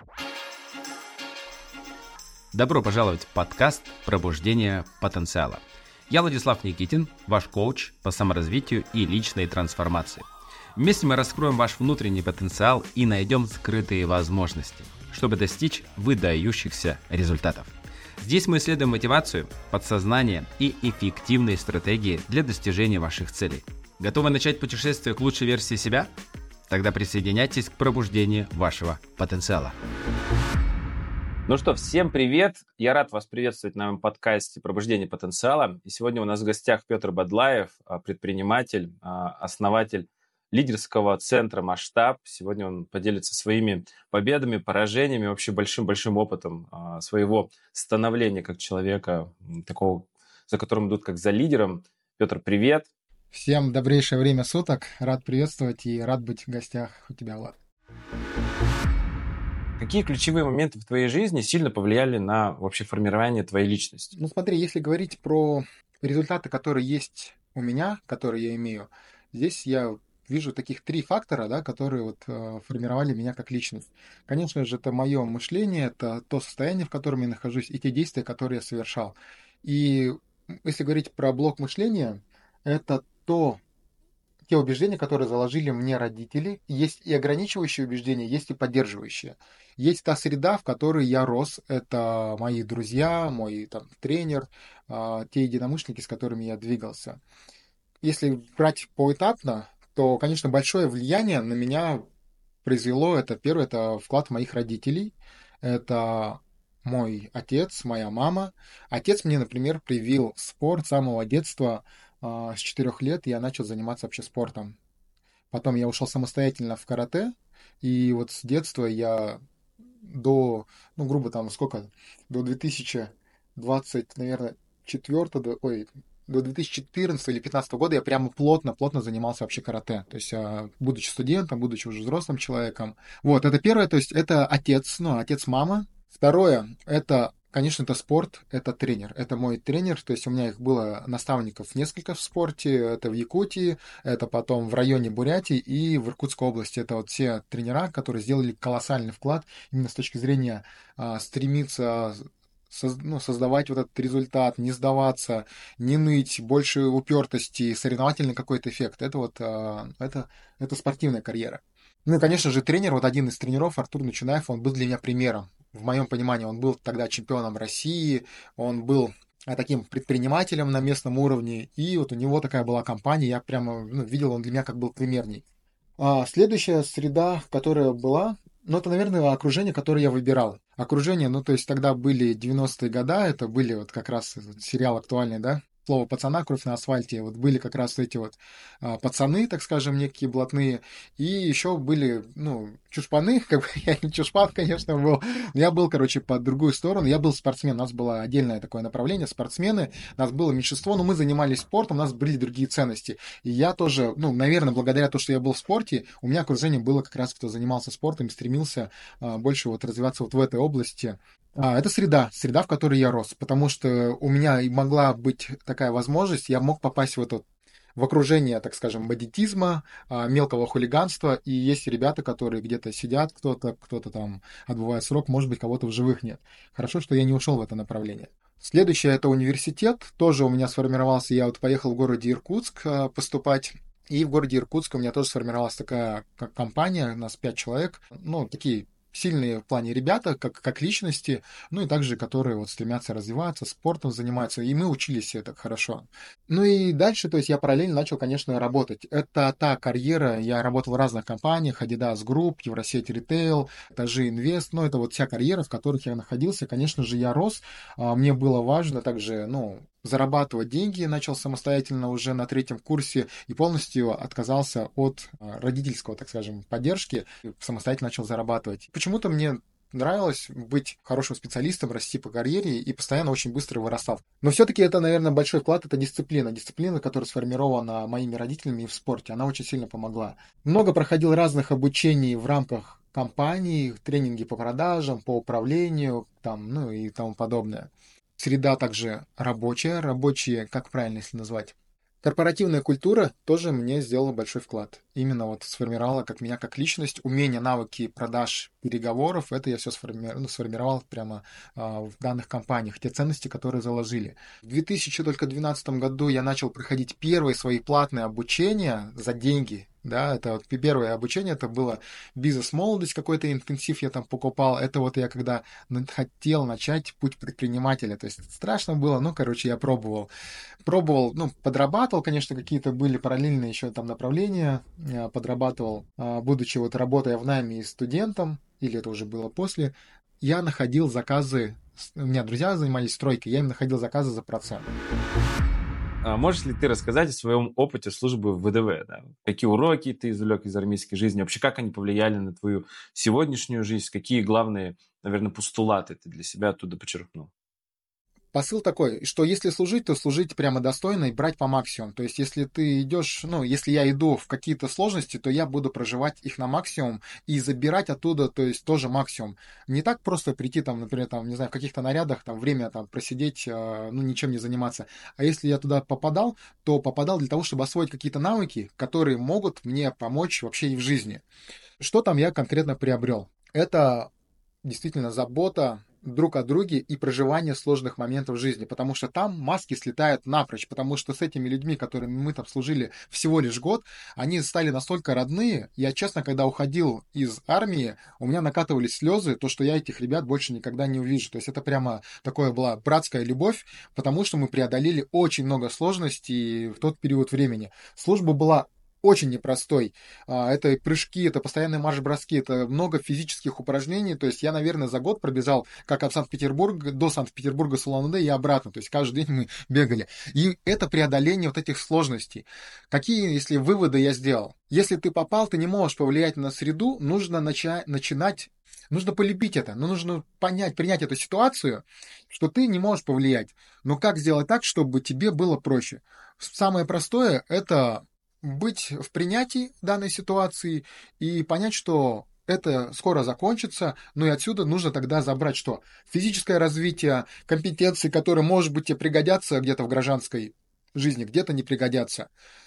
Добро пожаловать в подкаст «Пробуждение потенциала». Я Владислав Никитин, ваш коуч по саморазвитию и личной трансформации. Вместе мы раскроем ваш внутренний потенциал и найдем скрытые возможности, чтобы достичь выдающихся результатов. Здесь мы исследуем мотивацию, подсознание и эффективные стратегии для достижения ваших целей. Готовы начать путешествие к лучшей версии себя? Тогда присоединяйтесь к пробуждению вашего потенциала. Ну что, всем привет! Я рад вас приветствовать на моем подкасте «Пробуждение потенциала». И сегодня у нас в гостях Петр Бадлаев, предприниматель, основатель лидерского центра «Масштаб». Сегодня он поделится своими победами, поражениями, вообще большим-большим опытом своего становления как человека, такого, за которым идут как за лидером. Петр, привет! Всем добрейшее время суток. Рад приветствовать и рад быть в гостях у тебя, Влад. Какие ключевые моменты в твоей жизни сильно повлияли на вообще формирование твоей личности? Ну смотри, если говорить про результаты, которые есть у меня, которые я имею, здесь я вижу таких 3 фактора, да, которые формировали меня как личность. Конечно же, это мое мышление, это то состояние, в котором я нахожусь, и те действия, которые я совершал. И если говорить про блок мышления, это те убеждения, которые заложили мне родители. Есть и ограничивающие убеждения, есть и поддерживающие. Есть та среда, в которой я рос. Это мои друзья, мой тренер, те единомышленники, с которыми я двигался. Если брать поэтапно, то, конечно, большое влияние на меня произвело это. Первое, это вклад моих родителей. Это мой отец, моя мама. Отец мне, например, привил спорт с самого детства. С 4 лет я начал заниматься вообще спортом. Потом я ушел самостоятельно в карате. И вот с детства я до, до 2020, наверное, до 2014 или 2015 года я прямо плотно занимался вообще карате. То есть, будучи студентом, будучи уже взрослым человеком. Вот, это первое, то есть это отец, отец мамы. Второе, это, конечно, это спорт, это тренер. Это мой тренер, то есть у меня их было наставников несколько в спорте. Это в Якутии, это потом в районе Бурятии и в Иркутской области. Это вот все тренера, которые сделали колоссальный вклад именно с точки зрения стремиться создавать вот этот результат, не сдаваться, не ныть, больше упертости, соревновательный какой-то эффект. Это спортивная карьера. Ну и, конечно же, тренер, вот один из тренеров, Артур Начинаев, он был для меня примером. В моем понимании, он был тогда чемпионом России, он был таким предпринимателем на местном уровне, и вот у него такая была компания, я прямо видел, он для меня как был примерней. Следующая среда, которая была, это, наверное, окружение, которое я выбирал. Окружение, то есть тогда были 90-е годы, это были вот как раз сериал актуальный, да? Слово «пацана», «Кровь на асфальте». Вот были как раз эти пацаны, так скажем, некие блатные. И еще были, чушпаны. Как бы я не чушпан, конечно, был. Но я был, по другую сторону. Я был спортсмен. У нас было отдельное такое направление, спортсмены. Нас было меньшинство, но мы занимались спортом, у нас были другие ценности. И я тоже, наверное, благодаря тому, что я был в спорте, у меня окружение было как раз, кто занимался спортом, стремился больше развиваться в этой области. Это среда, в которой я рос, потому что у меня и могла быть такая возможность, я мог попасть в окружение, так скажем, бандитизма, мелкого хулиганства, и есть ребята, которые где-то сидят, кто-то там отбывает срок, может быть, кого-то в живых нет. Хорошо, что я не ушел в это направление. Следующее — это университет, тоже у меня сформировался, я поехал в городе Иркутск поступать, и в городе Иркутск у меня тоже сформировалась такая компания, у нас 5 человек, такие сильные в плане ребята, как личности, и также, которые стремятся развиваться, спортом занимаются, и мы учились это хорошо. И дальше, то есть я параллельно начал, конечно, работать. Это та карьера, я работал в разных компаниях, Adidas Group, Евросеть Retail, Этажи Инвест, это вся карьера, в которых я находился. Конечно же, я рос, мне было важно также, зарабатывать деньги, начал самостоятельно уже на 3-м курсе и полностью отказался от родительского, так скажем, поддержки, самостоятельно начал зарабатывать. Почему-то мне нравилось быть хорошим специалистом, расти по карьере и постоянно очень быстро вырастал. Но все-таки это, наверное, большой вклад, это дисциплина. Дисциплина, которая сформирована моими родителями и в спорте, она очень сильно помогла. Много проходил разных обучений в рамках компаний, тренинги по продажам, по управлению, и тому подобное. Среда также рабочая, как правильно если назвать. Корпоративная культура тоже мне сделала большой вклад. именно вот сформировало как меня как личность, умения, навыки продаж, переговоров, это я все сформировал прямо в данных компаниях, те ценности, которые заложили. В 2012 году я начал проходить первые свои платные обучения за деньги. Да, это вот первое обучение, это было бизнес-молодость, какой-то интенсив я там покупал. Это вот я когда хотел начать путь предпринимателя. То есть страшно было, ну, короче, я пробовал, ну, подрабатывал, конечно, какие-то были параллельные еще там направления, подрабатывал, будучи вот работая в найме и студентом, или это уже было после, я находил заказы, у меня друзья занимались стройкой, я им находил заказы за процент. Можешь ли ты рассказать о своем опыте службы в ВДВ? Да? Какие уроки ты извлек из армейской жизни? Вообще, как они повлияли на твою сегодняшнюю жизнь? Какие главные, наверное, постулаты ты для себя оттуда почерпнул? Посыл такой, что если служить, то служить прямо достойно и брать по максимуму. То есть, если ты идешь, ну, если я иду в какие-то сложности, то я буду проживать их на максимум и забирать оттуда, то есть, тоже максимум. Не так просто прийти там, например, там, не знаю, в каких-то нарядах, там, время там просидеть, ну, ничем не заниматься. А если я туда попадал, то попадал для того, чтобы освоить какие-то навыки, которые могут мне помочь вообще и в жизни. Что там я конкретно приобрел? Это действительно забота друг о друге и проживание сложных моментов в жизни, потому что там маски слетают напрочь, потому что с этими людьми, которыми мы там служили всего лишь год, они стали настолько родные. Я, честно, когда уходил из армии, у меня накатывались слезы, то, что я этих ребят больше никогда не увижу. То есть это прямо такое была братская любовь, потому что мы преодолели очень много сложностей в тот период времени. Служба была очень непростой. Это прыжки, это постоянные марш-броски, это много физических упражнений. То есть я, наверное, за год пробежал как от Санкт-Петербурга до Санкт-Петербурга с Улан-Удэ и обратно. То есть каждый день мы бегали. И это преодоление вот этих сложностей. Какие, если выводы я сделал? Если ты попал, ты не можешь повлиять на среду, нужно начинать. Нужно полюбить это, но нужно понять, принять эту ситуацию, что ты не можешь повлиять. Но как сделать так, чтобы тебе было проще? Самое простое — это быть в принятии данной ситуации и понять, что это скоро закончится, ну и отсюда нужно тогда забрать что? Физическое развитие, компетенции, которые, может быть, тебе пригодятся где-то в гражданской жизни, где-то не пригодятся.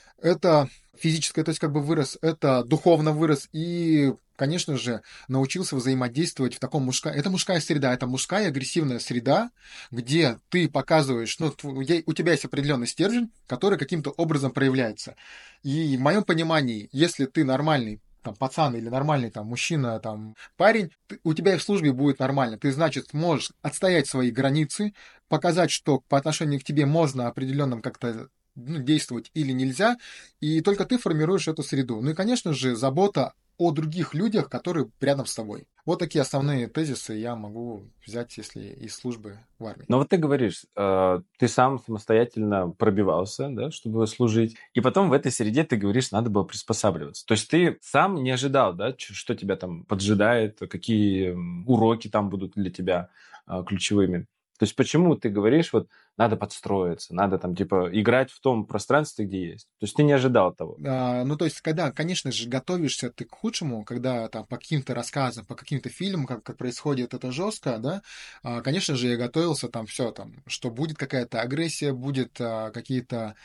Это физическое, то есть как бы вырос, это духовно вырос и, конечно же, научился взаимодействовать в таком мужская... Это мужская среда, это мужская агрессивная среда, где ты показываешь, ну, у тебя есть определенный стержень, который каким-то образом проявляется. И в моем понимании, если ты нормальный там, пацан или нормальный там мужчина, там, парень, у тебя и в службе будет нормально. Ты, значит, можешь отстоять свои границы, показать, что по отношению к тебе можно определенным как-то действовать или нельзя, и только ты формируешь эту среду. Ну и, конечно же, забота о других людях, которые рядом с тобой. Вот такие основные тезисы я могу взять, если из службы в армии. Но вот ты говоришь, ты сам самостоятельно пробивался, да, чтобы служить, и потом в этой среде ты говоришь, надо было приспосабливаться. То есть ты сам не ожидал, да, что тебя там поджидает, какие уроки там будут для тебя ключевыми. То есть почему ты говоришь, вот надо подстроиться, надо там типа играть в том пространстве, где есть. То есть ты не ожидал того. Ну, то есть, когда, конечно же, готовишься ты к худшему, когда там по каким-то рассказам, по каким-то фильмам, как происходит это жестко, да, конечно же, я готовился там все, там, что будет какая-то агрессия, будет какие-то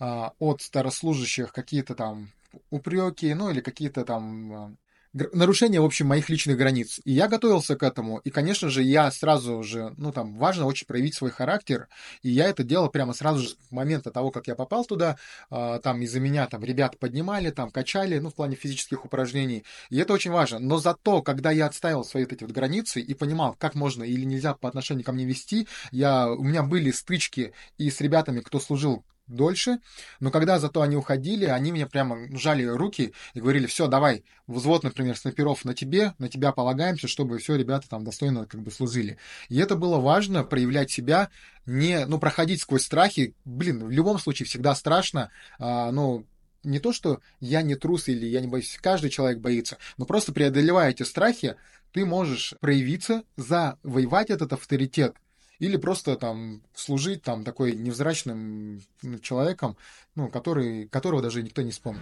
от старослужащих какие-то там упреки, ну, или какие-то там нарушение, в общем, моих личных границ. И я готовился к этому. И, конечно же, я сразу же, ну, там, важно очень проявить свой характер. И я это делал прямо сразу же с момента того, как я попал туда. Там из-за меня там ребят поднимали, там качали, ну, в плане физических упражнений. И это очень важно. Но зато, когда я отстаивал свои вот эти вот границы и понимал, как можно или нельзя по отношению ко мне вести, у меня были стычки и с ребятами, кто служил дольше, но когда зато они уходили, они мне прямо жали руки и говорили, все, давай, взвод, например, снайперов на тебя полагаемся, чтобы все ребята там достойно как бы служили. И это было важно, проявлять себя, не, ну, проходить сквозь страхи. Блин, в любом случае всегда страшно, ну, не то, что я не трус или я не боюсь, каждый человек боится, но просто преодолевая эти страхи, ты можешь проявиться, завоевать этот авторитет, или просто там служить там такой невзрачным человеком, ну, которого даже никто не вспомнит.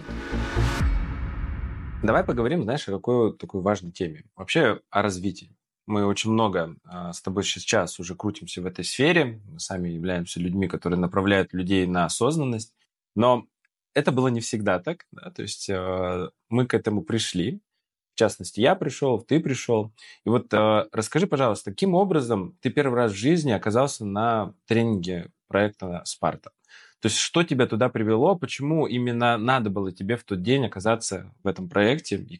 Давай поговорим, знаешь, о какой такой важной теме. Вообще о развитии. Мы очень много с тобой сейчас уже крутимся в этой сфере. Мы сами являемся людьми, которые направляют людей на осознанность. Но это было не всегда так, да, то есть мы к этому пришли. В частности, я пришел, ты пришел. И вот расскажи, пожалуйста, каким образом ты первый раз в жизни оказался на тренинге проекта «Спарта»? То есть что тебя туда привело, почему именно надо было тебе в тот день оказаться в этом проекте, и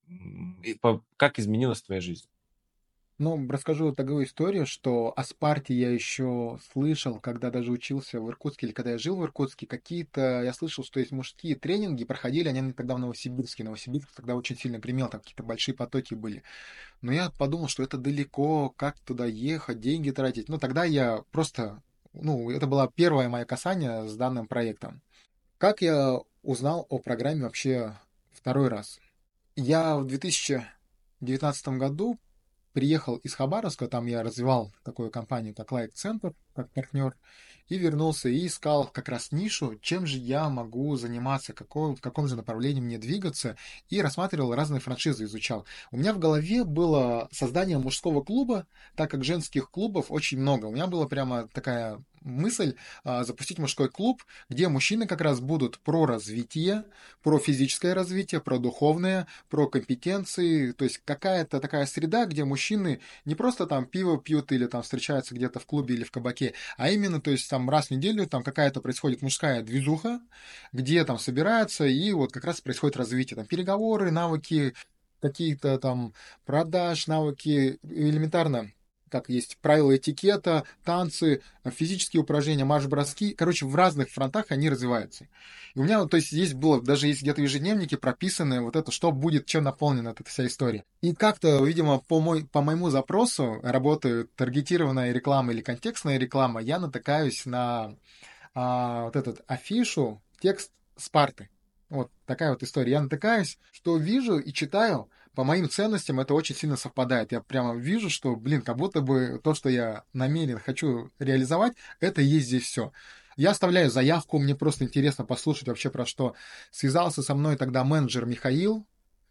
как изменилась твоя жизнь? Ну, расскажу такую историю, что о «Спарте» я еще слышал, когда даже учился в Иркутске или когда я жил в Иркутске. Какие-то я слышал, что есть мужские тренинги, проходили они тогда в Новосибирске. Новосибирск тогда очень сильно гремел, там какие-то большие потоки были. Но я подумал, что это далеко, как туда ехать, деньги тратить. Ну, тогда я просто, ну, это было первое мое касание с данным проектом. Как я узнал о программе вообще второй раз? Я в 2019 году приехал из Хабаровска, там я развивал такую компанию, как Like Center, как партнер, и вернулся и искал как раз нишу, чем же я могу заниматься, в каком же направлении мне двигаться, и рассматривал разные франшизы, изучал. У меня в голове было создание мужского клуба, так как женских клубов очень много. У меня была прямо такая мысль запустить мужской клуб, где мужчины как раз будут про развитие, про физическое развитие, про духовное, про компетенции, то есть какая-то такая среда, где мужчины не просто там пиво пьют или там встречаются где-то в клубе или в кабаке, а именно, то есть там раз в неделю там какая-то происходит мужская движуха, где там собираются и вот как раз происходит развитие, там переговоры, навыки какие-то там продаж, навыки элементарно как есть правила этикета, танцы, физические упражнения, марш-броски. Короче, в разных фронтах они развиваются. И у меня, вот, то есть, есть было, даже есть где-то в ежедневнике прописано вот это, что будет, чем наполнена эта вся история. И как-то, видимо, по моему запросу, работает таргетированная реклама или контекстная реклама, я натыкаюсь на вот этот афишу, текст Спарты. Вот такая вот история. Я натыкаюсь, что вижу и читаю, по моим ценностям это очень сильно совпадает. Я прямо вижу, что, блин, как будто бы то, что я намерен, хочу реализовать, это и есть здесь все. Я оставляю заявку, мне просто интересно послушать вообще про что. Связался со мной тогда менеджер Михаил,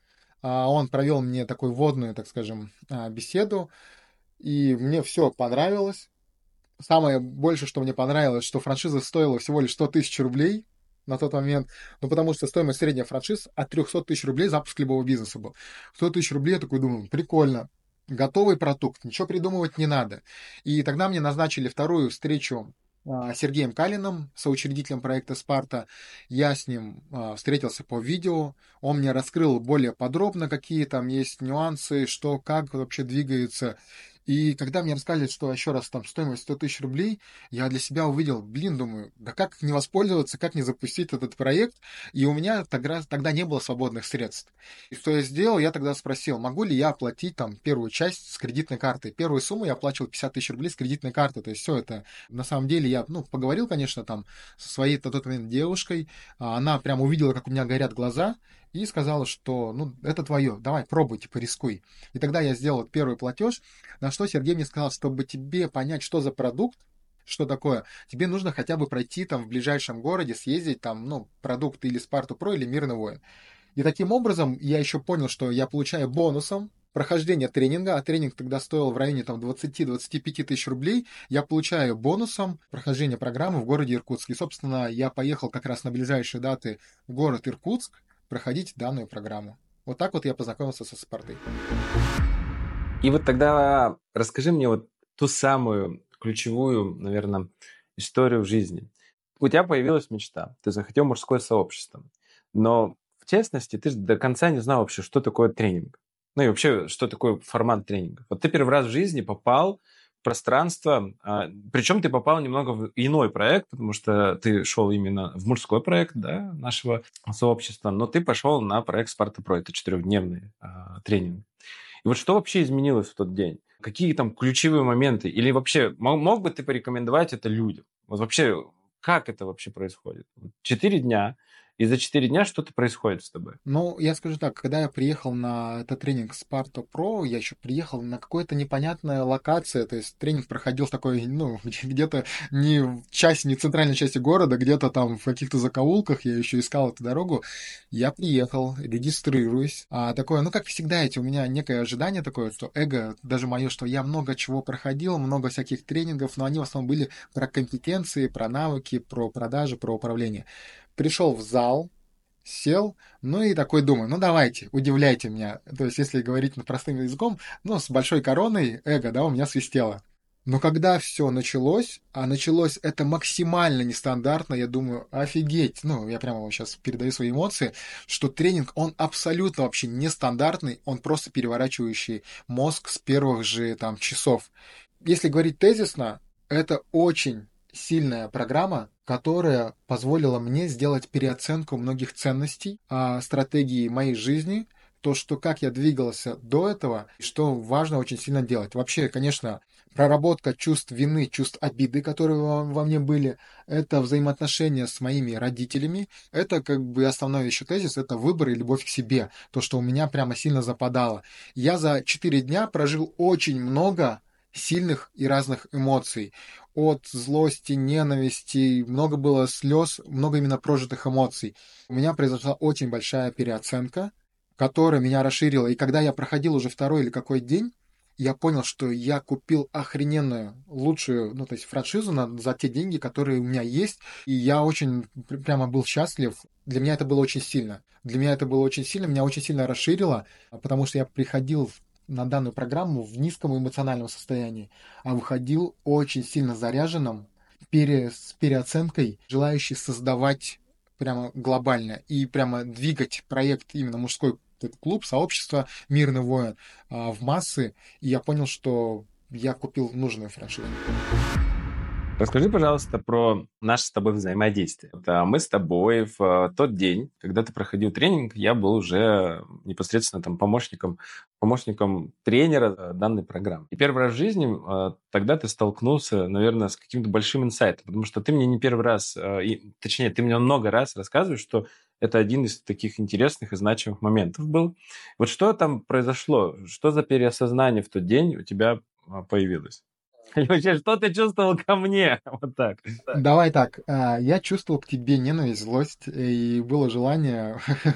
он провел мне такую вводную, так скажем, беседу, и мне все понравилось. Самое больше, что мне понравилось, что франшиза стоила всего лишь 100 тысяч рублей на тот момент, ну, потому что стоимость средняя франшиз от 300 тысяч рублей запуск любого бизнеса был. 100 тысяч рублей, я такой думаю, прикольно, готовый продукт, ничего придумывать не надо. И тогда мне назначили вторую встречу с Сергеем Калиным, соучредителем проекта «Спарта». Я с ним встретился по видео, он мне раскрыл более подробно, какие там есть нюансы, что, как вообще двигается. И когда мне рассказали, что еще раз там стоимость 100 тысяч рублей, я для себя увидел, блин, думаю, да как не воспользоваться, как не запустить этот проект, и у меня тогда не было свободных средств. И что я сделал, я тогда спросил, могу ли я оплатить там первую часть с кредитной карты. Первую сумму я оплачивал 50 тысяч рублей с кредитной карты, то есть все это, на самом деле я, ну, поговорил, конечно, там со своей на тот момент девушкой, она прям увидела, как у меня горят глаза, и сказала, что, ну, это твое, давай, пробуй, типа, рискуй. И тогда я сделал первый платеж, на что Сергей мне сказал, чтобы тебе понять, что за продукт, что такое, тебе нужно хотя бы пройти там в ближайшем городе, съездить там, ну, продукт или Спарту Про, или Мирный воин. И таким образом я еще понял, что я получаю бонусом прохождение тренинга, а тренинг тогда стоил в районе там 20-25 тысяч рублей, я получаю бонусом прохождение программы в городе Иркутск. И, собственно, я поехал как раз на ближайшие даты в город Иркутск проходить данную программу. Вот так вот я познакомился со Спартой. И вот тогда расскажи мне вот ту самую ключевую, наверное, историю в жизни. У тебя появилась мечта, ты захотел мужское сообщество, но в честности ты же до конца не знал вообще, что такое тренинг. Ну и вообще, что такое формат тренинга. Вот ты первый раз в жизни попал в пространство, причем ты попал немного в иной проект, потому что ты шел именно в мужской проект, да, нашего сообщества, но ты пошел на проект «Спарта Про», это 4-дневный тренинг. И вот что вообще изменилось в тот день? Какие там ключевые моменты? Или вообще мог бы ты порекомендовать это людям? Вот вообще, как это вообще происходит? 4 дня, и за 4 дня что-то происходит с тобой. Ну, я скажу так, когда я приехал на этот тренинг Sparta Pro, я еще приехал на какую-то непонятную локацию, то есть тренинг проходил в такой, ну, где-то не в части, не в центральной части города, где-то там в каких-то закоулках, я еще искал эту дорогу. Я приехал, регистрируюсь, такое, ну, как всегда, у меня некое ожидание такое, что эго, даже мое, что я много чего проходил, много всяких тренингов, но они в основном были про компетенции, про навыки, про продажи, про управление. пришел в зал, сел, ну и такой думаю, ну давайте, удивляйте меня. То есть, если говорить простым языком, ну, с большой короной эго, да, у меня свистело. Но когда все началось, а началось это максимально нестандартно, я думаю, офигеть, ну, я прямо вам сейчас передаю свои эмоции, что тренинг, он абсолютно вообще нестандартный, он просто переворачивающий мозг с первых же там часов. Если говорить тезисно, это очень сильная программа, которая позволила мне сделать переоценку многих ценностей, стратегии моей жизни, то, что как я двигался до этого, и что важно очень сильно делать. Вообще, конечно, проработка чувств вины, чувств обиды, которые во мне были, это взаимоотношения с моими родителями, это как бы основной еще тезис, это выбор и любовь к себе, то, что у меня прямо сильно западало. Я за 4 дня прожил очень много сильных и разных эмоций. От злости, ненависти, много было слез, много именно прожитых эмоций. У меня произошла очень большая переоценка, которая меня расширила. И когда я проходил уже второй или какой день, я понял, что я купил охрененную, лучшую, ну, то есть франшизу за те деньги, которые у меня есть. И я очень прямо был счастлив. Для меня это было очень сильно. Для меня это было очень сильно, меня очень сильно расширило, потому что я приходил на данную программу в низком эмоциональном состоянии, а выходил очень сильно заряженным, с переоценкой, желающий создавать прямо глобально и прямо двигать проект именно мужской этот клуб, сообщество «Мирный воин» в массы. И я понял, что я купил нужную франшизу. Расскажи, пожалуйста, про наше с тобой взаимодействие. Мы с тобой в тот день, когда ты проходил тренинг, я был уже непосредственно там помощником тренера данной программы. И первый раз в жизни тогда ты столкнулся, наверное, с каким-то большим инсайтом, потому что ты мне не первый раз, точнее, ты мне много раз рассказываешь, что это один из таких интересных и значимых моментов был. Вот что там произошло? Что за переосознание в тот день у тебя появилось? Или вообще, что ты чувствовал ко мне? Вот так. Давай так, я чувствовал к тебе ненависть, злость, и было желание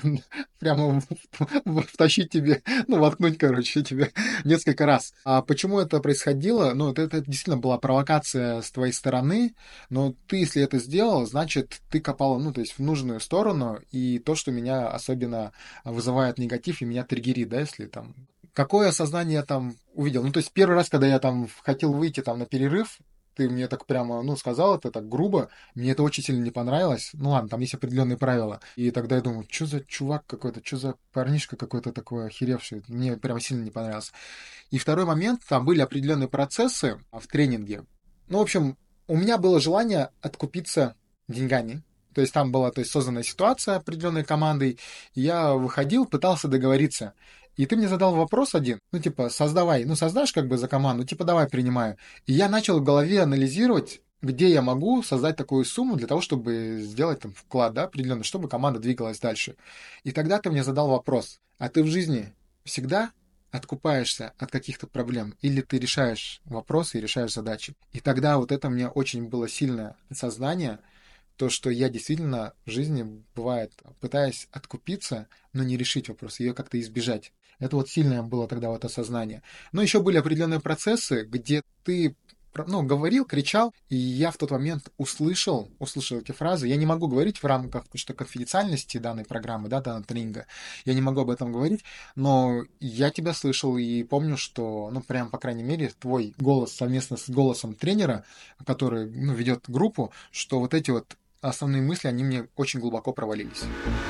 прямо втащить тебе, ну, воткнуть, короче, тебе несколько раз. А почему это происходило? Ну, это действительно была провокация с твоей стороны, но ты, если это сделал, значит, ты копал, ну, то есть в нужную сторону, и то, что меня особенно вызывает негатив и меня триггерит, да, если там какое осознание я там увидел? Ну, то есть первый раз, когда я там хотел выйти там на перерыв, ты мне так прямо, ну, сказал это так грубо, мне это очень сильно не понравилось. Ну ладно, там есть определенные правила. И тогда я думаю, что за чувак какой-то, что за парнишка какой-то такой охеревший. Мне прямо сильно не понравился. И второй момент, там были определенные процессы в тренинге. Ну, в общем, у меня было желание откупиться деньгами. То есть там была, то есть, создана ситуация определенной командой, и я выходил, пытался договориться. И ты мне задал вопрос один, ну, типа, создавай, ну, создашь как бы за команду, типа, давай, принимаю. И я начал в голове анализировать, где я могу создать такую сумму для того, чтобы сделать там вклад, да, определенно, чтобы команда двигалась дальше. И тогда ты мне задал вопрос, а ты в жизни всегда откупаешься от каких-то проблем, или ты решаешь вопросы и решаешь задачи. И тогда вот это мне очень было сильное сознание, то, что я действительно в жизни, бывает, пытаясь откупиться, но не решить вопрос, ее как-то избежать. Это вот сильное было тогда вот осознание. Но еще были определенные процессы, где ты ну, говорил, кричал, и я в тот момент услышал эти фразы. Я не могу говорить в рамках, потому что конфиденциальности данной программы, да, данного тренинга, я не могу об этом говорить, но я тебя слышал и помню, что, ну, прям, по крайней мере, твой голос совместно с голосом тренера, который, ну, ведет группу, что вот эти вот основные мысли, они мне очень глубоко провалились.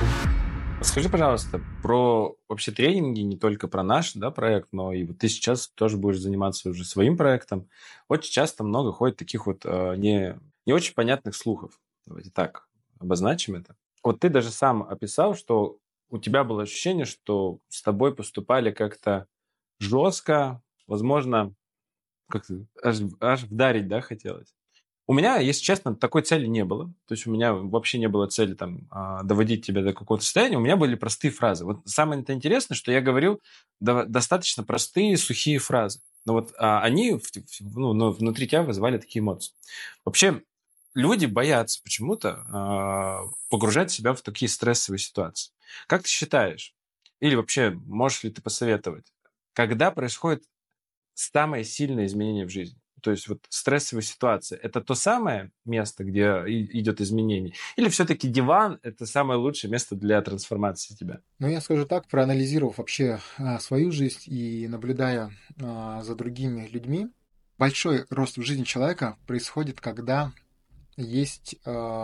Скажи, пожалуйста, про вообще тренинги, не только про наш, да, проект, но и вот ты сейчас тоже будешь заниматься уже своим проектом. Очень часто много ходит таких вот не очень понятных слухов. Давайте так обозначим это. Вот ты даже сам описал, что у тебя было ощущение, что с тобой поступали как-то жестко, возможно, как-то аж вдарить, да, хотелось. У меня, если честно, такой цели не было. То есть у меня вообще не было цели там доводить тебя до какого-то состояния. У меня были простые фразы. Вот самое интересное, что я говорил достаточно простые, сухие фразы. Но вот они ну, внутри тебя вызывали такие эмоции. Вообще люди боятся почему-то погружать себя в такие стрессовые ситуации. Как ты считаешь? Или вообще можешь ли ты посоветовать? Когда происходит самое сильное изменение в жизни? то есть вот стрессовая ситуация, это то самое место, где идет изменение? Или все-таки диван – это самое лучшее место для трансформации тебя? Ну, я скажу так, проанализировав вообще свою жизнь и наблюдая за другими людьми, большой рост в жизни человека происходит, когда есть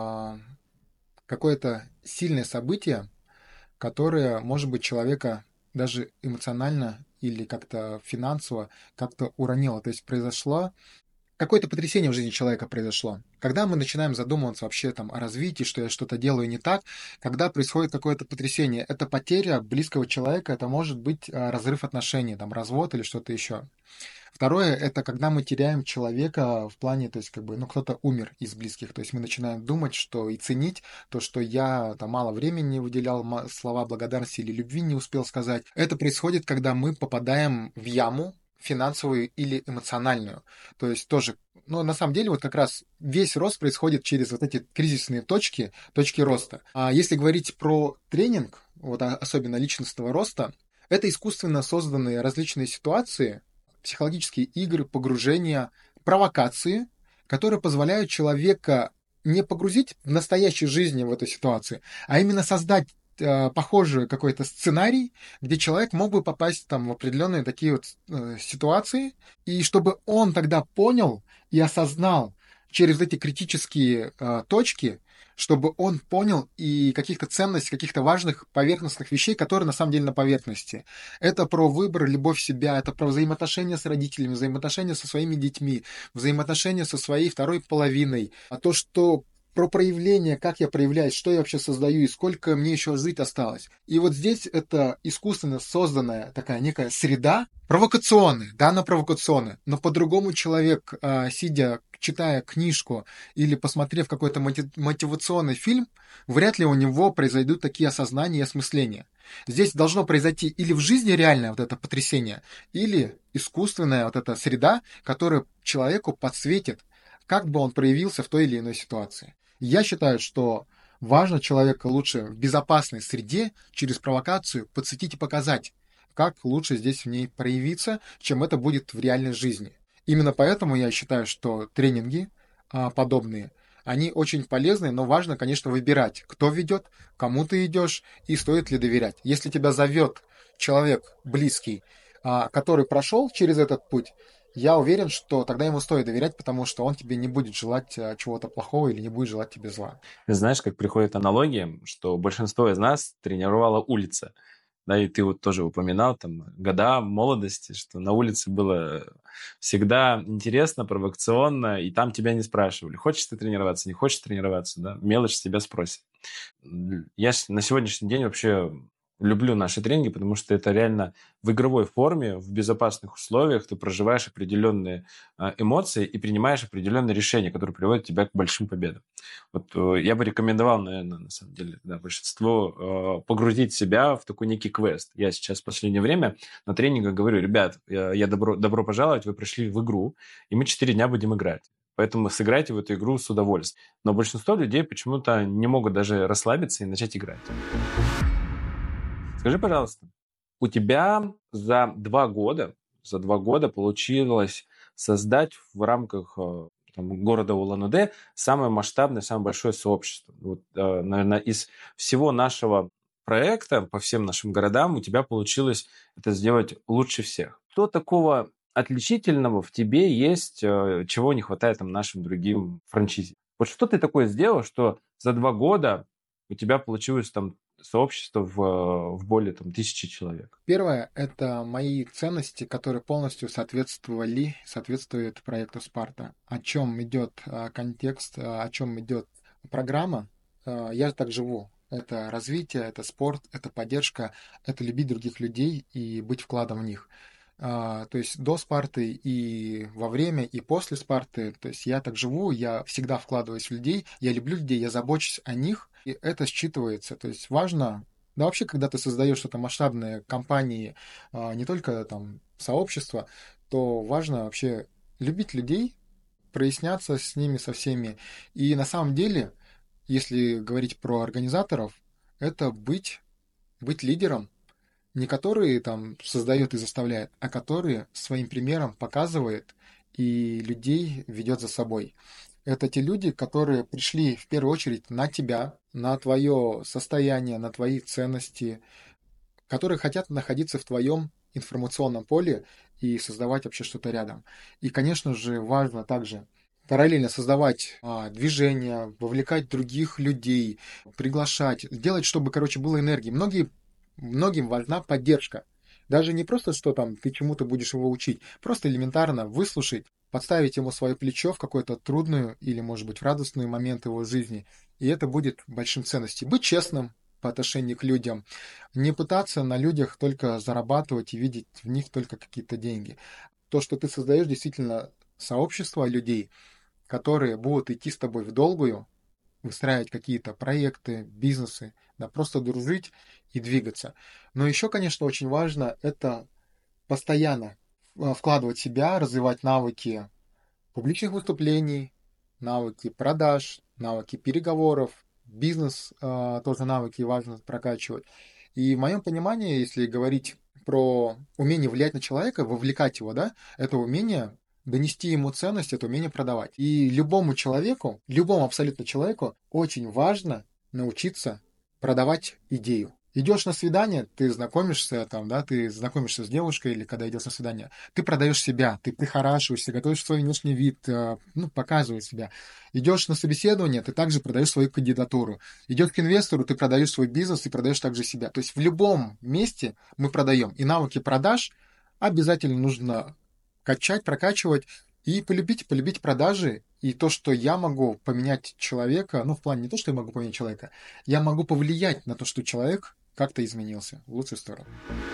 какое-то сильное событие, которое, может быть, человека даже эмоционально или как-то финансово как-то уронило. То есть произошло какое-то потрясение в жизни человека произошло. Когда мы начинаем задумываться вообще там о развитии, что я что-то делаю не так, когда происходит какое-то потрясение, это потеря близкого человека, это может быть разрыв отношений, там развод или что-то еще. Второе, это когда мы теряем человека в плане, то есть как бы, ну, кто-то умер из близких, то есть мы начинаем думать, что и ценить то, что я там мало времени выделял, слова благодарности или любви не успел сказать. Это происходит, когда мы попадаем в яму финансовую или эмоциональную. То есть тоже, ну, на самом деле, вот как раз весь рост происходит через вот эти кризисные точки роста. А если говорить про тренинг, вот особенно личностного роста, это искусственно созданные различные ситуации, психологические игры, погружения, провокации, которые позволяют человека не погрузить в настоящей жизни в этой ситуации, а именно создать похожий какой-то сценарий, где человек мог бы попасть там в определенные такие вот ситуации, и чтобы он тогда понял и осознал через эти критические точки, чтобы он понял и каких-то ценностей, каких-то важных поверхностных вещей, которые на самом деле на поверхности. Это про выбор, любовь в себя, это про взаимоотношения с родителями, взаимоотношения со своими детьми, взаимоотношения со своей второй половиной. А то, что про проявление, как я проявляюсь, что я вообще создаю и сколько мне еще жить осталось. И вот здесь это искусственно созданная такая некая среда, провокационная, да, она провокационная, но по-другому человек, сидя, читая книжку или посмотрев какой-то мотивационный фильм, вряд ли у него произойдут такие осознания и осмысления. Здесь должно произойти или в жизни реальное вот это потрясение, или искусственная вот эта среда, которая человеку подсветит, как бы он проявился в той или иной ситуации. Я считаю, что важно человека лучше в безопасной среде через провокацию подсветить и показать, как лучше здесь в ней проявиться, чем это будет в реальной жизни. Именно поэтому я считаю, что тренинги подобные, они очень полезны, но важно, конечно, выбирать, кто ведет, кому ты идешь и стоит ли доверять. Если тебя зовет человек близкий, который прошел через этот путь, я уверен, что тогда ему стоит доверять, потому что он тебе не будет желать чего-то плохого или не будет желать тебе зла. Знаешь, как приходит аналогия, что большинство из нас тренировала улица. Да, и ты вот тоже упоминал там года молодости, что на улице было всегда интересно, провокационно, и там тебя не спрашивали, хочешь ты тренироваться, не хочешь тренироваться, да, мелочь с тебя спросит. Я на сегодняшний день вообще люблю наши тренинги, потому что это реально в игровой форме, в безопасных условиях ты проживаешь определенные эмоции и принимаешь определенные решения, которые приводят тебя к большим победам. Вот я бы рекомендовал, наверное, на самом деле, да, большинству погрузить себя в такой некий квест. Я сейчас в последнее время на тренингах говорю, ребят, я добро пожаловать, вы пришли в игру, и мы 4 дня будем играть. Поэтому сыграйте в эту игру с удовольствием. Но большинство людей почему-то не могут даже расслабиться и начать играть. Скажи, пожалуйста, у тебя за 2 года получилось создать в рамках города Улан-Удэ самое масштабное, самое большое сообщество. Вот, наверное, из всего нашего проекта по всем нашим городам у тебя получилось это сделать лучше всех. Что такого отличительного в тебе есть, чего не хватает там нашим другим франчизе? Вот что ты такое сделал, что за 2 года у тебя получилось там сообщество в более там 1000 человек? Первое — это мои ценности, которые полностью соответствуют проекту «Спарта». О чем идет контекст, о чем идет программа, я так живу. Это развитие, это спорт, это поддержка, это любить других людей и быть вкладом в них. То есть до Спарты и во время, и после Спарты. То есть я так живу, я всегда вкладываюсь в людей, я люблю людей, я забочусь о них, и это считывается. То есть важно, да вообще, когда ты создаешь что-то масштабное, компании, не только там сообщество, то важно вообще любить людей, проясняться с ними, со всеми. И на самом деле, если говорить про организаторов, это быть лидером, не которые там создает и заставляет, а которые своим примером показывает и людей ведет за собой. Это те люди, которые пришли в первую очередь на тебя, на твое состояние, на твои ценности, которые хотят находиться в твоем информационном поле и создавать вообще что-то рядом. И, конечно же, важно также параллельно создавать движения, вовлекать других людей, приглашать, делать, чтобы, короче, было энергии. Многим важна поддержка. Даже не просто, что там ты чему-то будешь его учить, просто элементарно выслушать, подставить ему свое плечо в какую-то трудную или, может быть, в радостный момент его жизни. И это будет большим ценностью. Быть честным по отношению к людям, не пытаться на людях только зарабатывать и видеть в них только какие-то деньги. То, что ты создаешь действительно сообщество людей, которые будут идти с тобой в долгую, выстраивать какие-то проекты, бизнесы, да, просто дружить и двигаться. Но еще, конечно, очень важно это постоянно вкладывать в себя, развивать навыки публичных выступлений, навыки продаж, навыки переговоров, бизнес тоже навыки важно прокачивать. И в моем понимании, если говорить про умение влиять на человека, вовлекать его, да, это умение донести ему ценность, это умение продавать. И любому человеку, любому абсолютно человеку очень важно научиться продавать идею. Идешь на свидание, ты знакомишься там, да, ты знакомишься с девушкой или когда идешь на свидание, ты продаешь себя, ты прихорашиваешься, готовишь свой внешний вид, показываешь себя. Идешь на собеседование, ты также продаешь свою кандидатуру. Идешь к инвестору, ты продаешь свой бизнес и продаешь также себя. То есть в любом месте мы продаем. И навыки продаж обязательно нужно качать, прокачивать и полюбить продажи. И то, что я могу поменять человека, в плане не то, что я могу поменять человека, я могу повлиять на то, что человек как-то изменился в лучшую сторону.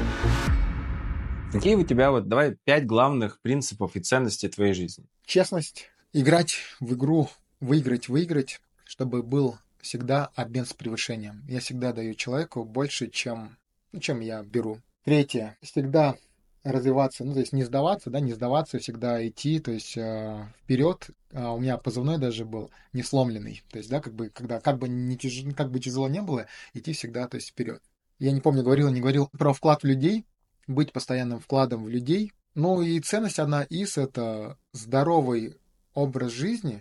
Какие у тебя, давай, 5 главных принципов и ценностей твоей жизни? Честность. Играть в игру, выиграть, чтобы был всегда обмен с превышением. Я всегда даю человеку больше, чем я беру. Третье. Всегда развиваться, то есть не сдаваться, всегда идти, то есть вперед. У меня позывной даже был не сломленный, то есть, да, как бы тяжело не было, идти всегда, то есть вперед. Я не помню, говорил, не говорил про вклад в людей, быть постоянным вкладом в людей. Ну и ценность одна из это здоровый образ жизни,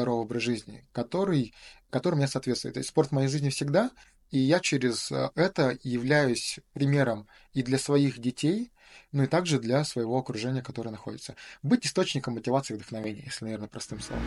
который мне соответствует. То есть спорт в моей жизни всегда, и я через это являюсь примером и для своих детей, и также для своего окружения, которое находится. Быть источником мотивации и вдохновения, если, наверное, простым словом.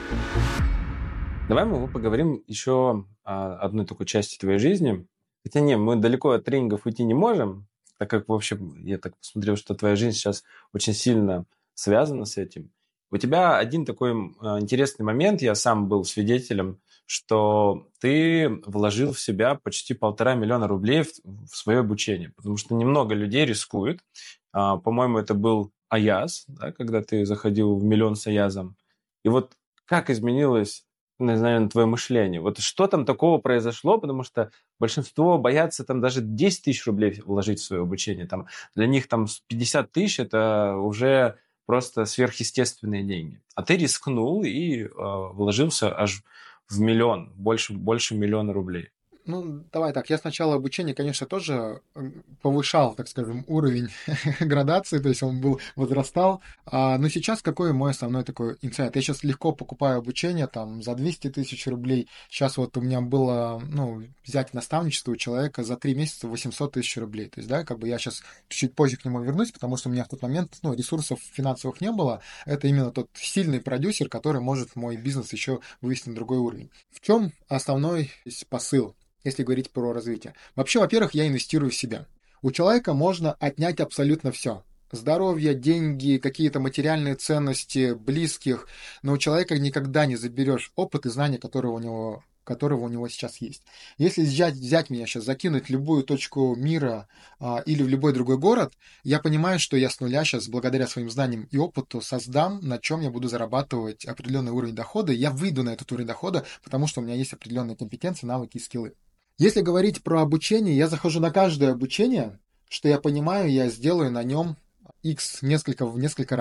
Давай мы поговорим еще о одной такой части твоей жизни. Хотя мы далеко от тренингов уйти не можем, так как, в общем, я так посмотрел, что твоя жизнь сейчас очень сильно связана с этим. У тебя один такой интересный момент, я сам был свидетелем, что ты вложил в себя почти 1,5 миллиона рублей в свое обучение, потому что немного людей рискуют. По-моему, это был Аяз, да, когда ты заходил в миллион с Аязом. И как изменилось, наверное, твое мышление? Что там такого произошло? Потому что большинство боятся там даже 10 тысяч рублей вложить в свое обучение. Там, для них там 50 тысяч – это уже просто сверхъестественные деньги. А ты рискнул и вложился аж в миллион, больше миллиона рублей. Давай так, я с начала обучения, конечно, тоже повышал, так скажем, уровень градации, то есть он возрастал. Но сейчас какой мой основной такой инсайт? Я сейчас легко покупаю обучение там за 200 тысяч рублей. Сейчас у меня было, взять наставничество у человека за 3 месяца 800 тысяч рублей. То есть, да, я сейчас чуть позже к нему вернусь, потому что у меня в тот момент, ресурсов финансовых не было. Это именно тот сильный продюсер, который может мой бизнес еще вывести на другой уровень. В чем основной посыл? Если говорить про развитие. Вообще, во-первых, я инвестирую в себя. У человека можно отнять абсолютно все. Здоровье, деньги, какие-то материальные ценности, близких. Но у человека никогда не заберешь опыт и знания, которого у него сейчас есть. Если взять меня сейчас, закинуть в любую точку мира или в любой другой город, я понимаю, что я с нуля сейчас, благодаря своим знаниям и опыту, создам, на чем я буду зарабатывать определенный уровень дохода. Я выйду на этот уровень дохода, потому что у меня есть определенные компетенции, навыки и скиллы. Если говорить про обучение, я захожу на каждое обучение, что я понимаю, я сделаю на нем X в несколько раз.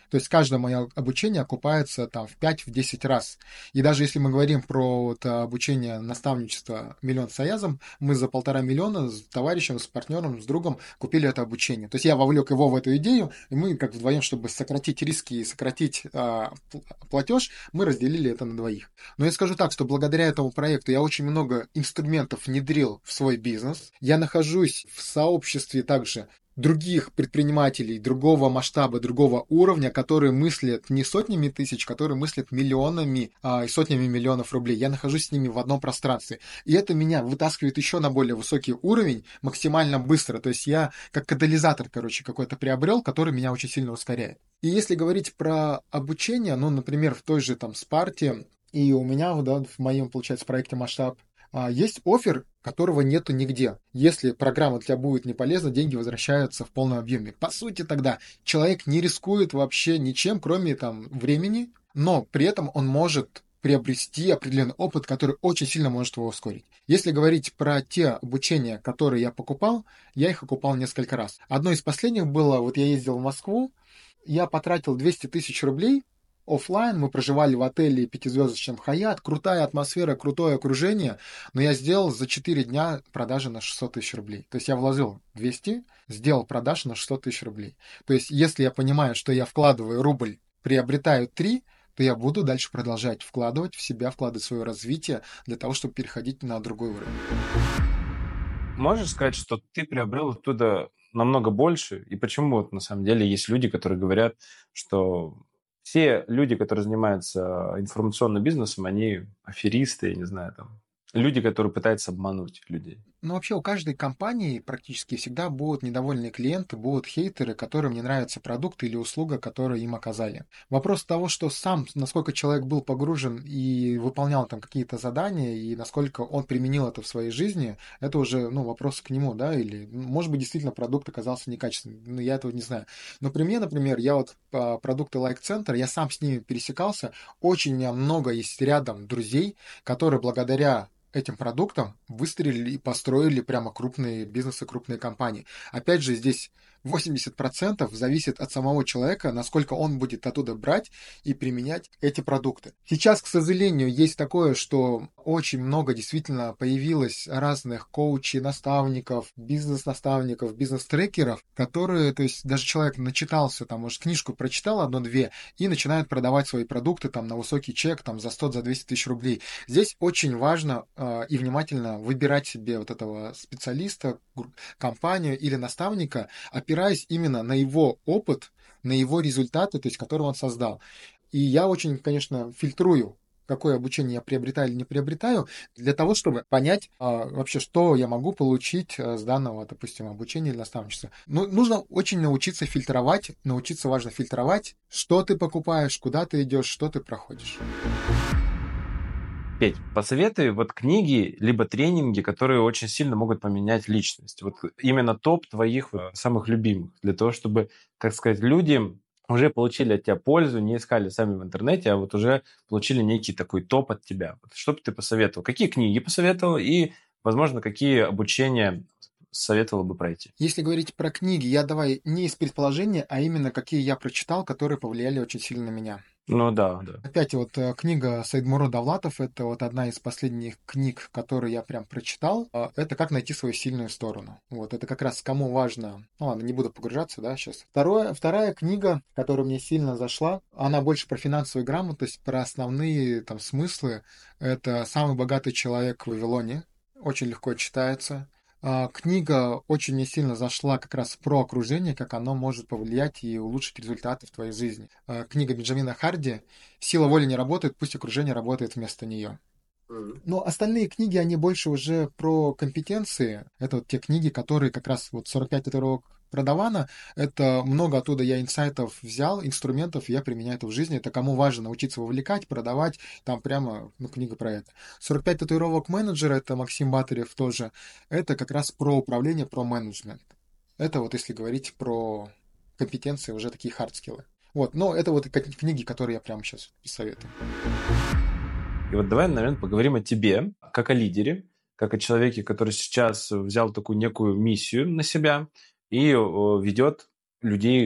То есть каждое мое обучение окупается там в 5-10 раз. И даже если мы говорим про вот обучение наставничества «Миллион с Аязом», мы за 1,5 миллиона с товарищем, с партнером, с другом купили это обучение. То есть я вовлек его в эту идею, и мы как вдвоем, чтобы сократить риски и сократить платеж, мы разделили это на двоих. Но я скажу так, что благодаря этому проекту я очень много инструментов внедрил в свой бизнес. Я нахожусь в сообществе также других предпринимателей, другого масштаба, другого уровня, которые мыслят не сотнями тысяч, которые мыслят миллионами и сотнями миллионов рублей. Я нахожусь с ними в одном пространстве. И это меня вытаскивает еще на более высокий уровень максимально быстро. То есть я как катализатор, какой-то приобрел, который меня очень сильно ускоряет. И если говорить про обучение, ну, например, в той же там Спарте, и у меня, да, в моем, получается, проекте «Масштаб», есть оффер, которого нету нигде. Если программа для тебя будет не полезна, деньги возвращаются в полном объеме. По сути, тогда человек не рискует вообще ничем, кроме там времени, но при этом он может приобрести определенный опыт, который очень сильно может его ускорить. Если говорить про те обучения, которые я покупал, я их окупал несколько раз. Одно из последних было, вот я ездил в Москву, я потратил 200 тысяч рублей офлайн, мы проживали в отеле пятизвездочном Хаят, крутая атмосфера, крутое окружение, но я сделал за 4 дня продажи на 600 тысяч рублей. То есть я вложил 200, сделал продажи на 600 тысяч рублей. То есть если я понимаю, что я вкладываю рубль, приобретаю 3, то я буду дальше продолжать вкладывать в себя, вкладывать в свое развитие для того, чтобы переходить на другой уровень. Можешь сказать, что ты приобрел оттуда намного больше? И почему вот на самом деле есть люди, которые говорят, что все люди, которые занимаются информационным бизнесом, они аферисты, я не знаю, там, люди, которые пытаются обмануть людей? Ну, вообще у каждой компании практически всегда будут недовольные клиенты, будут хейтеры, которым не нравится продукт или услуга, которую им оказали. Вопрос того, что сам, насколько человек был погружен и выполнял там какие-то задания, и насколько он применил это в своей жизни, это уже, ну, вопрос к нему, да, или, может быть, действительно продукт оказался некачественным, но я этого не знаю. Но при мне, например, я вот по продукты Like Center, я сам с ними пересекался, очень у меня много есть рядом друзей, которые благодаря этим продуктом выстрелили и построили прямо крупные бизнесы, крупные компании. Опять же, здесь 80% зависит от самого человека, насколько он будет оттуда брать и применять эти продукты. Сейчас, к сожалению, есть такое, что очень много действительно появилось разных коучей, наставников, бизнес-наставников, бизнес-трекеров, которые, то есть даже человек начитался, там, может, книжку прочитал одну-две и начинает продавать свои продукты там на высокий чек, там, за 100, за 200 тысяч рублей. Здесь очень важно и внимательно выбирать себе вот этого специалиста, компанию или наставника, опираясь именно на его опыт, на его результаты, то есть, которые он создал. И я очень, конечно, фильтрую, какое обучение я приобретаю или не приобретаю, для того, чтобы понять вообще, что я могу получить с данного, допустим, обучения или наставничества. Ну, нужно очень научиться фильтровать, научиться важно фильтровать, что ты покупаешь, куда ты идешь, что ты проходишь. Петь, посоветуй вот книги, либо тренинги, которые очень сильно могут поменять личность. Вот именно топ твоих самых любимых, для того, чтобы, как сказать, люди уже получили от тебя пользу, не искали сами в интернете, а вот уже получили некий такой топ от тебя. Вот что бы ты посоветовал? Какие книги посоветовал и, возможно, какие обучения советовал бы пройти? Если говорить про книги, я давай не из предположения, а именно какие я прочитал, которые повлияли очень сильно на меня. Ну да. Опять вот книга Саидмурод Давлатов, это вот одна из последних книг, которые я прям прочитал. Это «Как найти свою сильную сторону». Вот, это как раз кому важно. Ну ладно, не буду погружаться, да, сейчас. Вторая книга, которая мне сильно зашла, она больше про финансовую грамотность, про основные там смыслы. Это «Самый богатый человек в Вавилоне». Очень легко читается. Книга очень мне сильно зашла как раз про окружение, как оно может повлиять и улучшить результаты в твоей жизни. Книга Бенджамина Харди «Сила воли не работает, пусть окружение работает вместо нее». Но остальные книги, они больше уже про компетенции. Это вот те книги, которые как раз вот 45 татуировок Продавана, это много оттуда я инсайтов взял, инструментов, и я применяю это в жизни. Это кому важно научиться вовлекать, продавать, там прямо, ну, книга про это. 45 татуировок менеджера, это Максим Батырев тоже, это как раз про управление, про менеджмент. Это вот если говорить про компетенции, уже такие хардскиллы. Вот, но это вот книги, которые я прямо сейчас советую. И вот давай, наверное, поговорим о тебе, как о лидере, как о человеке, который сейчас взял такую некую миссию на себя и ведет людей,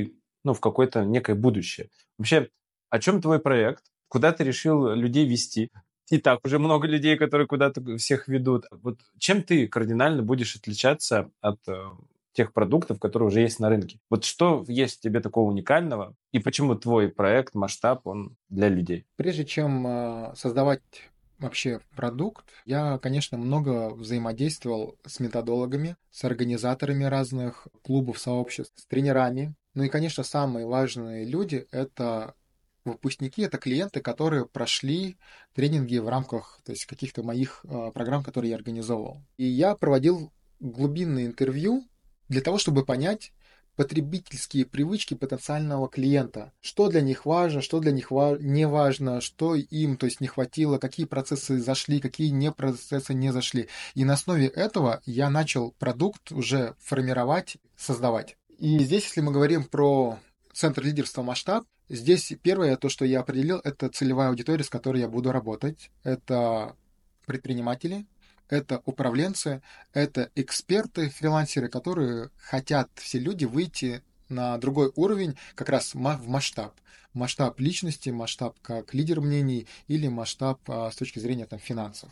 в какое-то некое будущее. Вообще, о чем твой проект? Куда ты решил людей вести? И так уже много людей, которые куда-то всех ведут. Вот чем ты кардинально будешь отличаться от тех продуктов, которые уже есть на рынке? Вот что есть в тебе такого уникального? И почему твой проект, масштаб, он для людей? Прежде чем создавать вообще продукт, я, конечно, много взаимодействовал с методологами, с организаторами разных клубов, сообществ, с тренерами. Ну и, конечно, самые важные люди — это выпускники, это клиенты, которые прошли тренинги в рамках, то есть, каких-то моих программ, которые я организовывал. И я проводил глубинные интервью для того, чтобы понять потребительские привычки потенциального клиента. Что для них важно, что для них не важно, что им, то есть, не хватило, какие процессы зашли, какие процессы не зашли. И на основе этого я начал продукт уже формировать, создавать. И здесь, если мы говорим про центр лидерства масштаб, здесь первое, то, что я определил, это целевая аудитория, с которой я буду работать. Это предприниматели, это управленцы, это эксперты, фрилансеры, которые хотят, все люди, выйти на другой уровень, как раз в масштаб. Масштаб личности, масштаб как лидер мнений или масштаб с точки зрения там, финансов.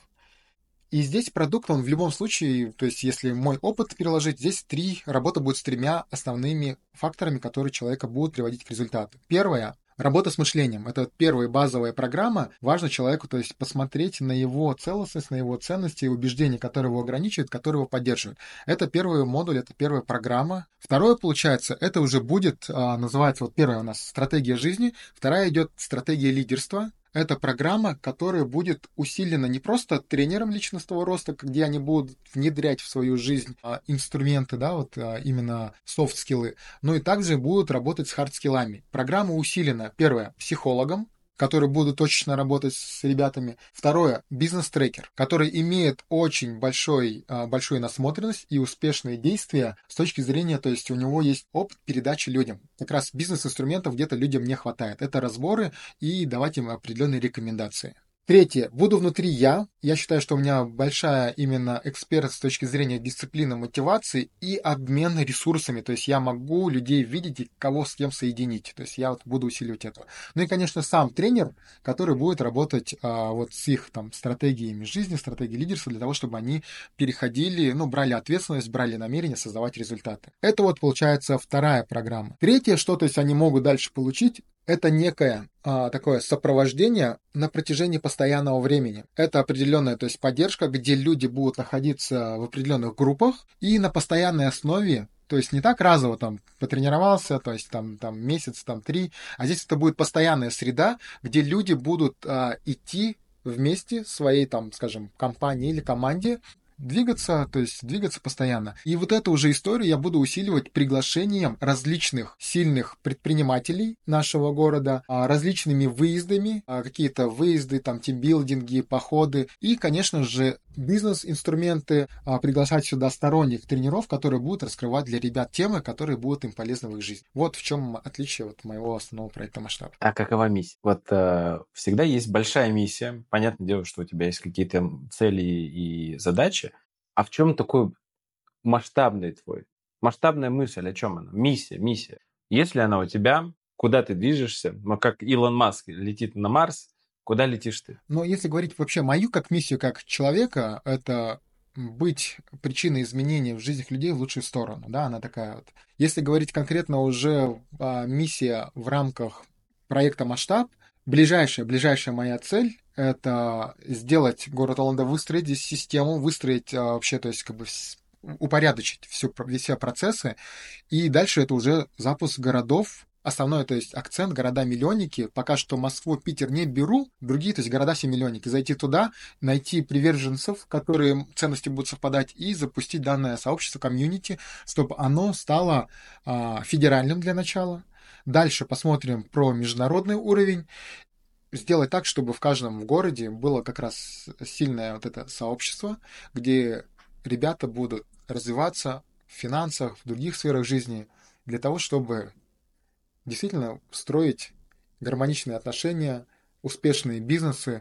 И здесь продукт, он в любом случае, то есть если мой опыт переложить, здесь работа будет с тремя основными факторами, которые человека будут приводить к результату. Первое — работа с мышлением. Это первая базовая программа. Важно человеку, то есть посмотреть на его целостность, на его ценности и убеждения, которые его ограничивают, которые его поддерживают. Это первый модуль, это первая программа. Второе, получается, это уже будет, называется, вот первая у нас стратегия жизни, вторая идет стратегия лидерства. Это программа, которая будет усилена не просто тренером личностного роста, где они будут внедрять в свою жизнь инструменты, да, вот именно софт-скиллы, но и также будут работать с хард-скиллами. Программа усилена, первое, психологом, которые будут точечно работать с ребятами. Второе — бизнес-трекер, который имеет очень большую насмотренность и успешные действия с точки зрения, то есть у него есть опыт передачи людям. Как раз бизнес-инструментов где-то людям не хватает. Это разборы и давать им определенные рекомендации. Третье. Буду внутри я. Я считаю, что у меня большая именно эксперт с точки зрения дисциплины, мотивации и обмена ресурсами. То есть я могу людей видеть и кого с кем соединить. То есть я вот буду усиливать это. Ну и, конечно, сам тренер, который будет работать вот с их там стратегиями жизни, стратегией лидерства, для того, чтобы они переходили, брали ответственность, брали намерение создавать результаты. Это вот получается вторая программа. Третье, что то есть они могут дальше получить, это некое такое сопровождение на протяжении постоянного времени. Это определенная, то есть поддержка, где люди будут находиться в определенных группах и на постоянной основе, то есть не так разово там потренировался, то есть там месяц, 3, а здесь это будет постоянная среда, где люди будут идти вместе в своей там, скажем, компании или команде, двигаться, то есть двигаться постоянно. И вот эту уже историю я буду усиливать приглашением различных сильных предпринимателей нашего города, различными выездами, какие-то выезды, там, тимбилдинги, походы и, конечно же, бизнес-инструменты, приглашать сюда сторонних тренеров, которые будут раскрывать для ребят темы, которые будут им полезны в их жизни. Вот в чем отличие от моего основного проекта «Масштаб». А какова миссия? Вот всегда есть большая миссия. Понятное дело, что у тебя есть какие-то цели и задачи. А в чем такой масштабный твой? Масштабная мысль, о чем она? Миссия. Если она у тебя, куда ты движешься? Как Илон Маск летит на Марс, куда летишь ты? Но если говорить вообще мою как миссию, как человека, это быть причиной изменений в жизнях людей в лучшую сторону, да, она такая вот. Если говорить конкретно уже миссия в рамках проекта «Масштаб», ближайшая моя цель — это сделать город Оланда, выстроить здесь систему, выстроить вообще, то есть как бы упорядочить все процессы, и дальше это уже запуск городов. Основной, то есть акцент, города-миллионники. Пока что Москву, Питер не беру, другие, то есть города все миллионники. Зайти туда, найти приверженцев, которые ценности будут совпадать, и запустить данное сообщество, комьюнити, чтобы оно стало федеральным для начала. Дальше посмотрим про международный уровень. Сделать так, чтобы в каждом городе было как раз сильное вот это сообщество, где ребята будут развиваться в финансах, в других сферах жизни, для того, чтобы действительно строить гармоничные отношения, успешные бизнесы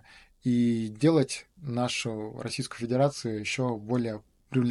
и делать нашу Российскую Федерацию еще более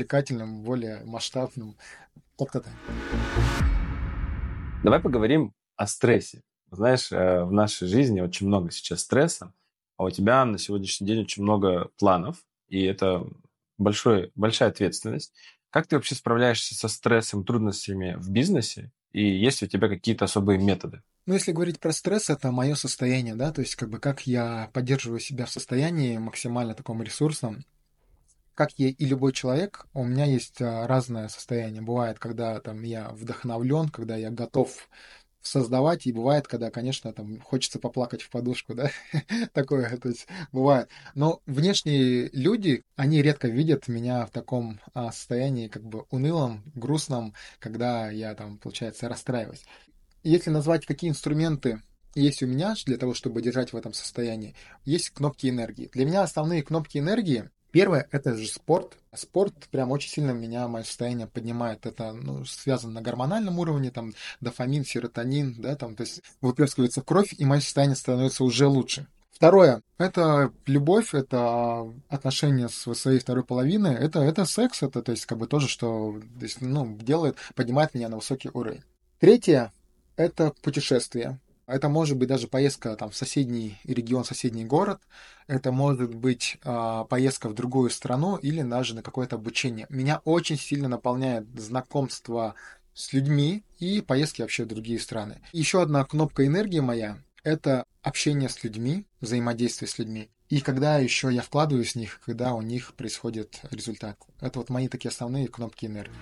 привлекательным, более масштабным. Как-то так. Давай поговорим о стрессе. Знаешь, в нашей жизни очень много сейчас стресса, а у тебя на сегодняшний день очень много планов, и это большая ответственность. Как ты вообще справляешься со стрессом, трудностями в бизнесе? И есть ли у тебя какие-то особые методы? Ну, если говорить про стресс, это мое состояние, да, то есть как я поддерживаю себя в состоянии максимально таком ресурсном. Как я и любой человек, у меня есть разное состояние. Бывает, когда там я вдохновлен, когда я готов создавать, и бывает, когда, конечно, там хочется поплакать в подушку, да, такое, то есть бывает. Но внешние люди, они редко видят меня в таком состоянии, как бы унылом, грустном, когда я там, получается, расстраиваюсь. Если назвать, какие инструменты есть у меня для того, чтобы держать в этом состоянии, есть кнопки энергии. Для меня основные кнопки энергии. Первое — это же спорт. Спорт прям очень сильно меня, мое состояние поднимает. Это связано на гормональном уровне, там дофамин, серотонин, да, там, то есть выплескивается кровь, и мое состояние становится уже лучше. Второе — это любовь, это отношения с своей второй половиной, это секс, это то есть как бы тоже, что то есть, делает, поднимает меня на высокий уровень. Третье — это путешествие. Это может быть даже поездка там, в соседний регион, соседний город. Это может быть поездка в другую страну или даже на какое-то обучение. Меня очень сильно наполняет знакомство с людьми и поездки вообще в другие страны. Еще одна кнопка энергии моя — это общение с людьми, взаимодействие с людьми. И когда еще я вкладываюсь в них, когда у них происходит результат. Это вот мои такие основные кнопки энергии.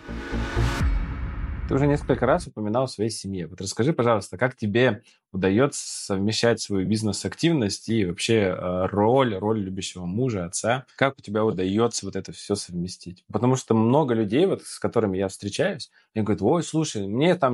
Ты уже несколько раз упоминал о своей семье. Вот расскажи, пожалуйста, как тебе удается совмещать свою бизнес-активность и вообще роль любящего мужа, отца? Как у тебя удается вот это все совместить? Потому что много людей, вот, с которыми я встречаюсь, они говорят: ой, слушай,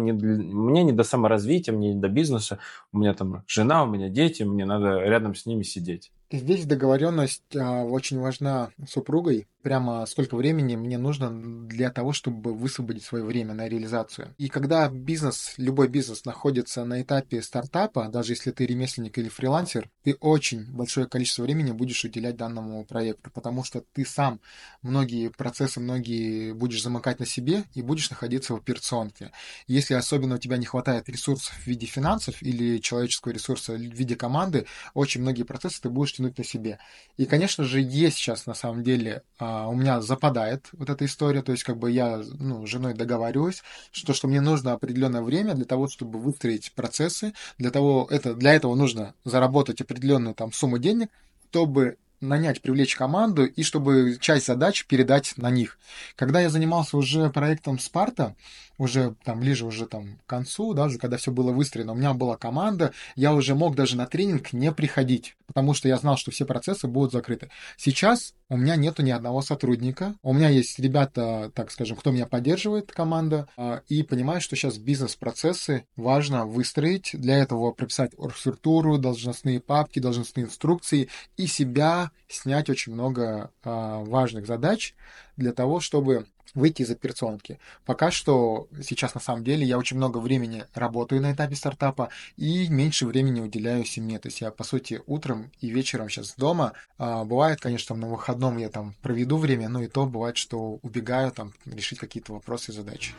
мне не до саморазвития, мне не до бизнеса, у меня там жена, у меня дети, мне надо рядом с ними сидеть. Здесь договоренность очень важна с супругой. Прямо сколько времени мне нужно для того, чтобы высвободить свое время на реализацию. И когда любой бизнес находится на этапе стартапа, даже если ты ремесленник или фрилансер, ты очень большое количество времени будешь уделять данному проекту, потому что ты сам многие процессы, многие будешь замыкать на себе и будешь находиться в операционке. Если особенно у тебя не хватает ресурсов в виде финансов или человеческого ресурса в виде команды, очень многие процессы ты будешь тянуть на себе. И, конечно же, есть сейчас на самом деле у меня западает вот эта история, то есть как бы я с женой договариваюсь, что мне нужно определенное время для того, чтобы выстроить процессы, для этого нужно заработать определенную там сумму денег, чтобы нанять, привлечь команду и чтобы часть задач передать на них. Когда я занимался уже проектом Спарта, уже там ближе уже там к концу, даже когда все было выстроено, у меня была команда, я уже мог даже на тренинг не приходить, потому что я знал, что все процессы будут закрыты. Сейчас у меня нету ни одного сотрудника, у меня есть ребята, так скажем, кто меня поддерживает, команда, и понимаю, что сейчас бизнес-процессы важно выстроить, для этого прописать оргструктуру, должностные папки, должностные инструкции и себя снять очень много важных задач для того, чтобы выйти из операционки. Пока что сейчас на самом деле я очень много времени работаю на этапе стартапа и меньше времени уделяю семье. То есть я, по сути, утром и вечером сейчас дома. Бывает, конечно, на выходном я там проведу время, но и то бывает, что убегаю там решить какие-то вопросы и задачи.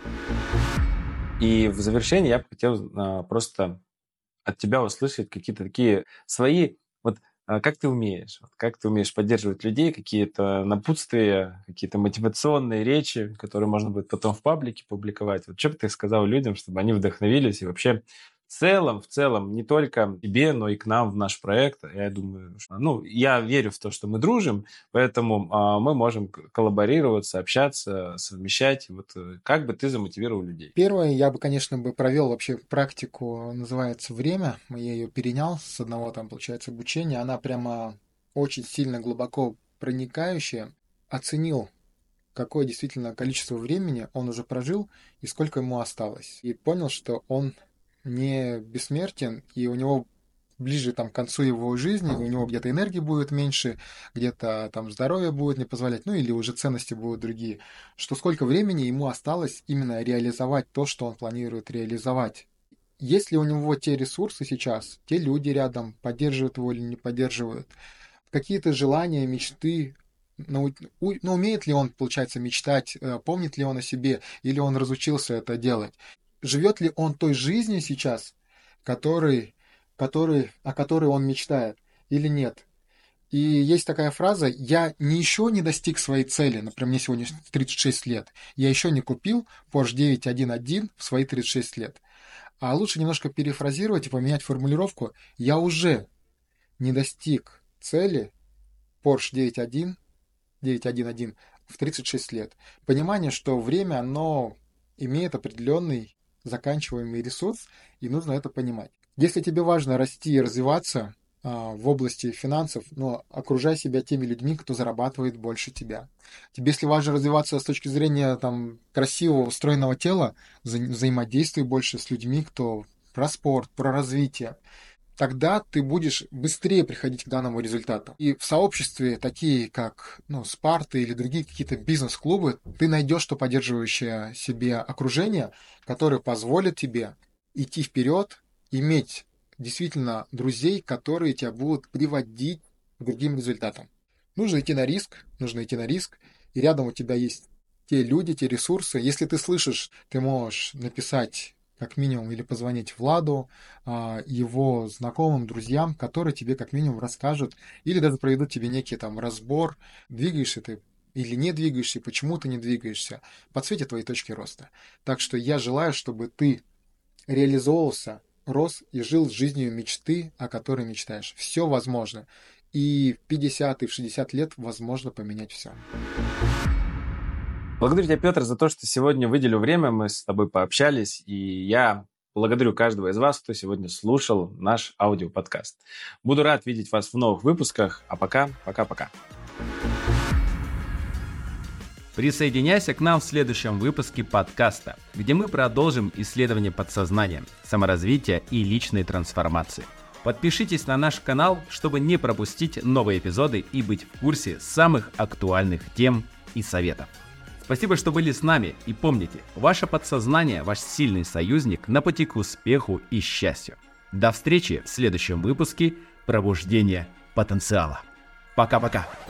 И в завершение я бы хотел просто от тебя услышать какие-то такие свои, как ты умеешь, как ты умеешь поддерживать людей, какие-то напутствия, какие-то мотивационные речи, которые можно будет потом в паблике публиковать. Вот что бы ты сказал людям, чтобы они вдохновились и вообще в целом, не только тебе, но и к нам в наш проект. Я думаю, я верю в то, что мы дружим, поэтому мы можем коллаборироваться, общаться, совмещать. Вот как бы ты замотивировал людей? Первое, я бы, конечно, провел вообще практику, называется «Время». Я ее перенял с одного там, получается, обучения. Она прямо очень сильно глубоко проникающая. Оценил, какое действительно количество времени он уже прожил и сколько ему осталось. И понял, что он не бессмертен, и у него ближе там, к концу его жизни, у него где-то энергии будет меньше, где-то там здоровье будет не позволять, или уже ценности будут другие, что сколько времени ему осталось именно реализовать то, что он планирует реализовать. Есть ли у него те ресурсы сейчас, те люди рядом, поддерживают его или не поддерживают, какие-то желания, мечты, умеет ли он, получается, мечтать, помнит ли он о себе, или он разучился это делать, живет ли он той жизнью сейчас, о которой он мечтает, или нет. И есть такая фраза: «Я еще не достиг своей цели». Например, мне сегодня 36 лет. Я еще не купил Porsche 911 в свои 36 лет. А лучше немножко перефразировать и поменять формулировку: «Я уже не достиг цели Porsche 911 в 36 лет». Понимание, что время, оно имеет определенный заканчиваемый ресурс, и нужно это понимать. Если тебе важно расти и развиваться в области финансов, но окружай себя теми людьми, кто зарабатывает больше тебя. Тебе, если важно развиваться с точки зрения красивого, устроенного тела, взаимодействуй больше с людьми, кто про спорт, про развитие. Тогда ты будешь быстрее приходить к данному результату. И в сообществе, такие как Спарта или другие какие-то бизнес-клубы, ты найдешь то поддерживающее себе окружение, которое позволит тебе идти вперед, иметь действительно друзей, которые тебя будут приводить к другим результатам. Нужно идти на риск, и рядом у тебя есть те люди, те ресурсы. Если ты слышишь, ты можешь написать как минимум или позвонить Владу, его знакомым, друзьям, которые тебе как минимум расскажут или даже проведут тебе некий разбор, двигаешься ты или не двигаешься, почему ты не двигаешься, подсветят твои точки роста. Так что я желаю, чтобы ты реализовывался, рос и жил жизнью мечты, о которой мечтаешь. Все возможно. И в 50, и в 60 лет возможно поменять все. Благодарю тебя, Петр, за то, что сегодня выделил время, мы с тобой пообщались, и я благодарю каждого из вас, кто сегодня слушал наш аудиоподкаст. Буду рад видеть вас в новых выпусках, а пока-пока. Присоединяйся к нам в следующем выпуске подкаста, где мы продолжим исследование подсознания, саморазвития и личной трансформации. Подпишитесь на наш канал, чтобы не пропустить новые эпизоды и быть в курсе самых актуальных тем и советов. Спасибо, что были с нами, и помните, ваше подсознание – ваш сильный союзник на пути к успеху и счастью. До встречи в следующем выпуске «Пробуждение потенциала». Пока-пока!